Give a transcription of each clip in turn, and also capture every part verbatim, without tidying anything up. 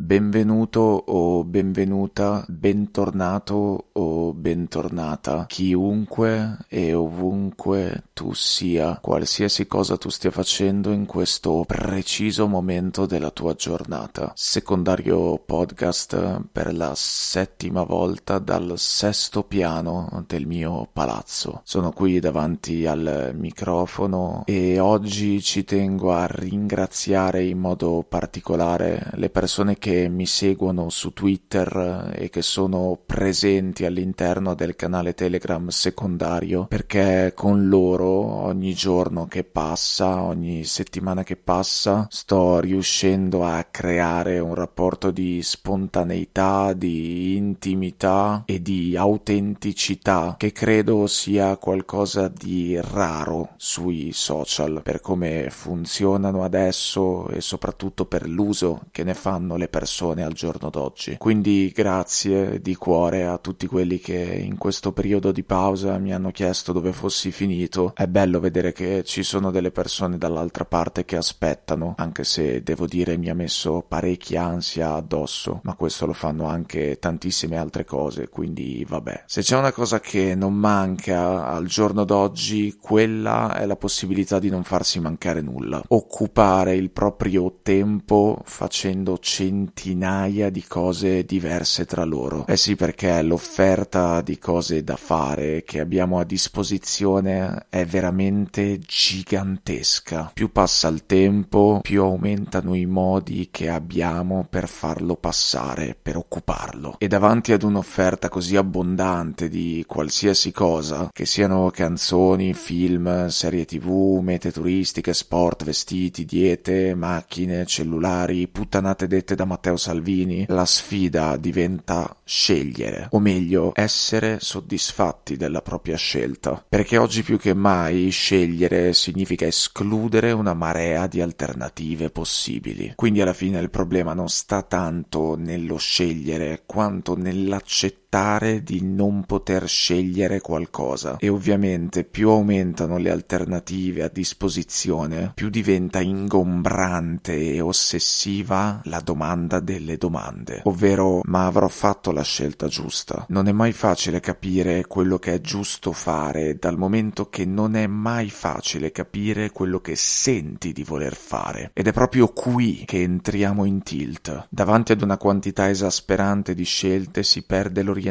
benvenuto o benvenuta, bentornato o bentornata, chiunque e ovunque tu sia, qualsiasi cosa tu stia facendo in questo preciso momento della tua giornata. Secondario podcast per la settima volta dal sesto piano del mio palazzo. Sono qui davanti al microfono e oggi ci tengo a ringraziare in modo particolare le persone che mi seguono su Twitter e che sono presenti all'interno del canale Telegram secondario, perché con loro ogni giorno che passa, ogni settimana che passa, sto riuscendo a creare un rapporto di spontaneità, di intimità e di autenticità che credo sia qualcosa di raro sui social, per come funzionano adesso e soprattutto per l'uso che ne fanno le persone al giorno d'oggi. Quindi grazie di cuore a tutti quelli che in questo periodo di pausa mi hanno chiesto dove fossi finito. È bello vedere che ci sono delle persone dall'altra parte che aspettano, anche se devo dire mi ha messo parecchia ansia addosso, ma questo lo fanno anche tantissime altre cose, quindi vabbè. Se c'è una cosa che non manca al giorno d'oggi, quella è la possibilità di non farsi mancare nulla. Occupare il proprio tempo facendo centinaia di cose diverse tra loro. Eh sì, perché l'offerta di cose da fare che abbiamo a disposizione è veramente gigantesca. Più passa il tempo, più aumentano i modi che abbiamo per farlo passare, per occuparlo. E davanti ad un'offerta così abbondante di qualsiasi cosa, che siano canzoni, film, serie tv, mete turistiche, sport, vestiti, diete, macchine, cellulari, puttanate dette da Matteo Salvini, la sfida diventa scegliere, o meglio, essere soddisfatti della propria scelta. Perché oggi più che mai scegliere significa escludere una marea di alternative possibili. Quindi alla fine il problema non sta tanto nello scegliere quanto nell'accettare di non poter scegliere qualcosa. E ovviamente più aumentano le alternative a disposizione, più diventa ingombrante e ossessiva la domanda delle domande, ovvero: ma avrò fatto la scelta giusta? Non è mai facile capire quello che è giusto fare, dal momento che non è mai facile capire quello che senti di voler fare. Ed è proprio qui che entriamo in tilt. Davanti ad una quantità esasperante di scelte si perde l'orientamento,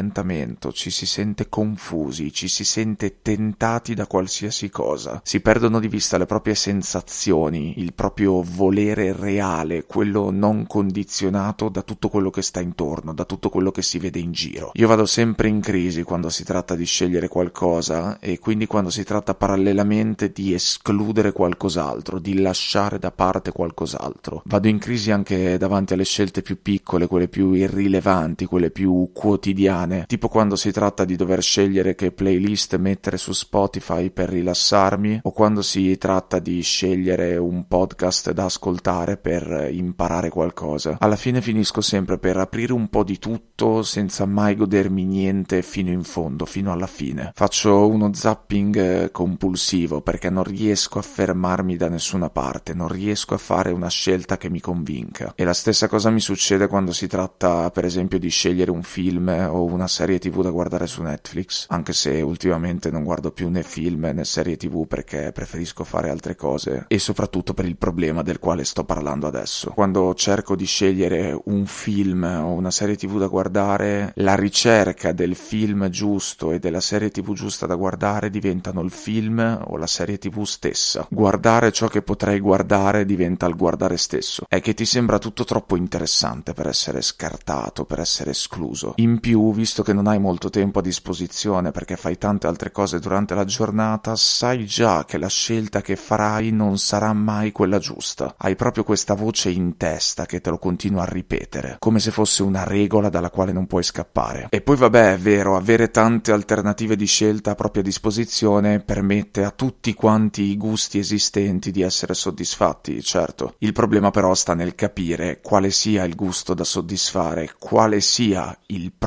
ci si sente confusi, ci si sente tentati da qualsiasi cosa, si perdono di vista le proprie sensazioni, il proprio volere reale, quello non condizionato da tutto quello che sta intorno, da tutto quello che si vede in giro. Io vado sempre in crisi quando si tratta di scegliere qualcosa, e quindi quando si tratta parallelamente di escludere qualcos'altro, di lasciare da parte qualcos'altro. Vado in crisi anche davanti alle scelte più piccole, quelle più irrilevanti, quelle più quotidiane, tipo quando si tratta di dover scegliere che playlist mettere su Spotify per rilassarmi, o quando si tratta di scegliere un podcast da ascoltare per imparare qualcosa. Alla fine finisco sempre per aprire un po' di tutto senza mai godermi niente fino in fondo, fino alla fine. Faccio uno zapping compulsivo perché non riesco a fermarmi da nessuna parte, non riesco a fare una scelta che mi convinca. E la stessa cosa mi succede quando si tratta, per esempio, di scegliere un film o una serie tv da guardare su Netflix, anche se ultimamente non guardo più né film né serie tv perché preferisco fare altre cose, e soprattutto per il problema del quale sto parlando adesso. Quando cerco di scegliere un film o una serie tv da guardare, la ricerca del film giusto e della serie tv giusta da guardare diventano il film o la serie tv stessa. Guardare ciò che potrei guardare diventa il guardare stesso. È che ti sembra tutto troppo interessante per essere scartato, per essere escluso. In più, visto che non hai molto tempo a disposizione perché fai tante altre cose durante la giornata, sai già che la scelta che farai non sarà mai quella giusta. Hai proprio questa voce in testa che te lo continua a ripetere, come se fosse una regola dalla quale non puoi scappare. E poi vabbè, è vero, avere tante alternative di scelta a propria disposizione permette a tutti quanti i gusti esistenti di essere soddisfatti, certo. Il problema però sta nel capire quale sia il gusto da soddisfare, quale sia il proprio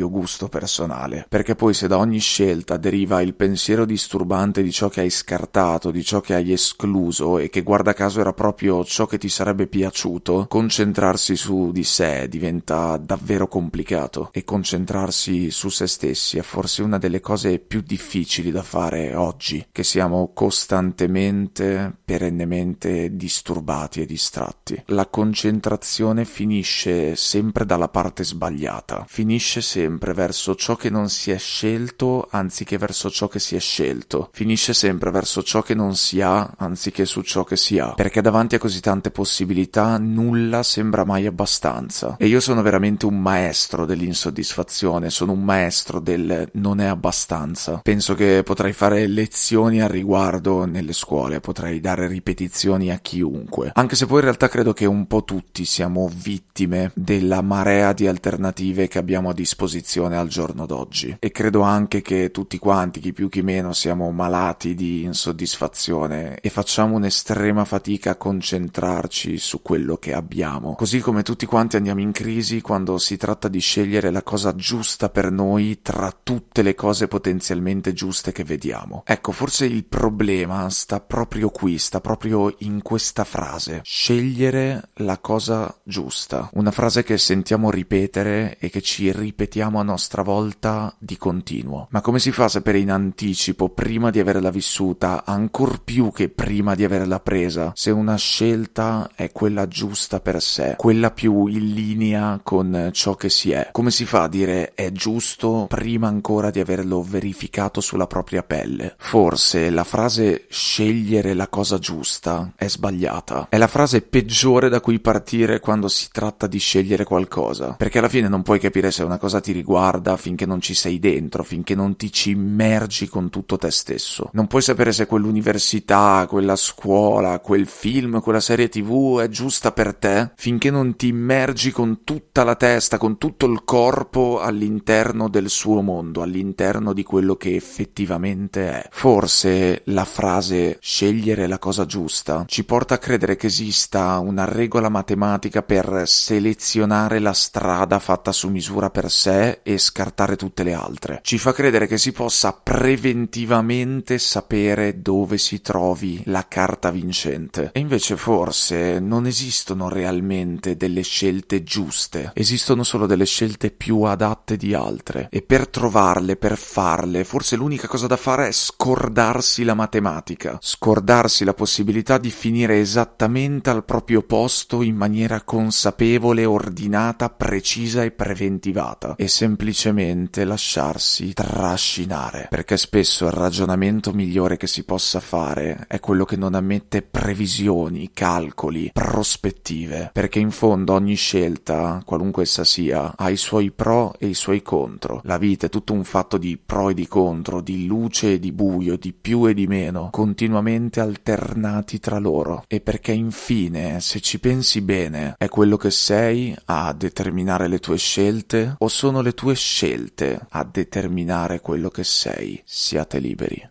proprio gusto personale, perché poi se da ogni scelta deriva il pensiero disturbante di ciò che hai scartato, di ciò che hai escluso e che guarda caso era proprio ciò che ti sarebbe piaciuto, concentrarsi su di sé diventa davvero complicato, e concentrarsi su se stessi è forse una delle cose più difficili da fare oggi, che siamo costantemente, perennemente disturbati e distratti. La concentrazione finisce sempre dalla parte sbagliata, finisce sempre verso ciò che non si è scelto anziché verso ciò che si è scelto, finisce sempre verso ciò che non si ha anziché su ciò che si ha, perché davanti a così tante possibilità nulla sembra mai abbastanza. E io sono veramente un maestro dell'insoddisfazione, sono un maestro del non è abbastanza. Penso che potrei fare lezioni al riguardo nelle scuole, potrei dare ripetizioni a chiunque, anche se poi in realtà credo che un po' tutti siamo vittime della marea di alternative che abbiamo a disposizione al giorno d'oggi, e credo anche che tutti quanti, chi più chi meno, siamo malati di insoddisfazione e facciamo un'estrema fatica a concentrarci su quello che abbiamo, così come tutti quanti andiamo in crisi quando si tratta di scegliere la cosa giusta per noi tra tutte le cose potenzialmente giuste che vediamo. Ecco, forse il problema sta proprio qui, sta proprio in questa frase: scegliere la cosa giusta. Una frase che sentiamo ripetere e che ci ripetiamo a nostra volta di continuo. Ma come si fa a sapere in anticipo, prima di averla vissuta, ancor più che prima di averla presa, se una scelta è quella giusta per sé, quella più in linea con ciò che si è? Come si fa a dire è giusto prima ancora di averlo verificato sulla propria pelle? Forse la frase scegliere la cosa giusta è sbagliata. È la frase peggiore da cui partire quando si tratta di scegliere qualcosa, perché alla fine non puoi capire se una cosa ti riguarda finché non ci sei dentro, finché non ti ci immergi con tutto te stesso. Non puoi sapere se quell'università, quella scuola, quel film, quella serie tv è giusta per te finché non ti immergi con tutta la testa, con tutto il corpo all'interno del suo mondo, all'interno di quello che effettivamente è. Forse la frase scegliere la cosa giusta ci porta a credere che esista una regola matematica per selezionare la strada fatta su misura per sé e scartare tutte le altre. Ci fa credere che si possa preventivamente sapere dove si trovi la carta vincente. E invece forse non esistono realmente delle scelte giuste, esistono solo delle scelte più adatte di altre. E per trovarle, per farle, forse l'unica cosa da fare è scordarsi la matematica, scordarsi la possibilità di finire esattamente al proprio posto in maniera consapevole, ordinata, precisa e preventivata, e semplicemente lasciarsi trascinare, perché spesso il ragionamento migliore che si possa fare è quello che non ammette previsioni, calcoli, prospettive, perché in fondo ogni scelta, qualunque essa sia, ha i suoi pro e i suoi contro. La vita è tutto un fatto di pro e di contro, di luce e di buio, di più e di meno, continuamente alternati tra loro, e perché infine, se ci pensi bene, è quello che sei a determinare le tue scelte, o sono le tue scelte a determinare quello che sei? Siate liberi.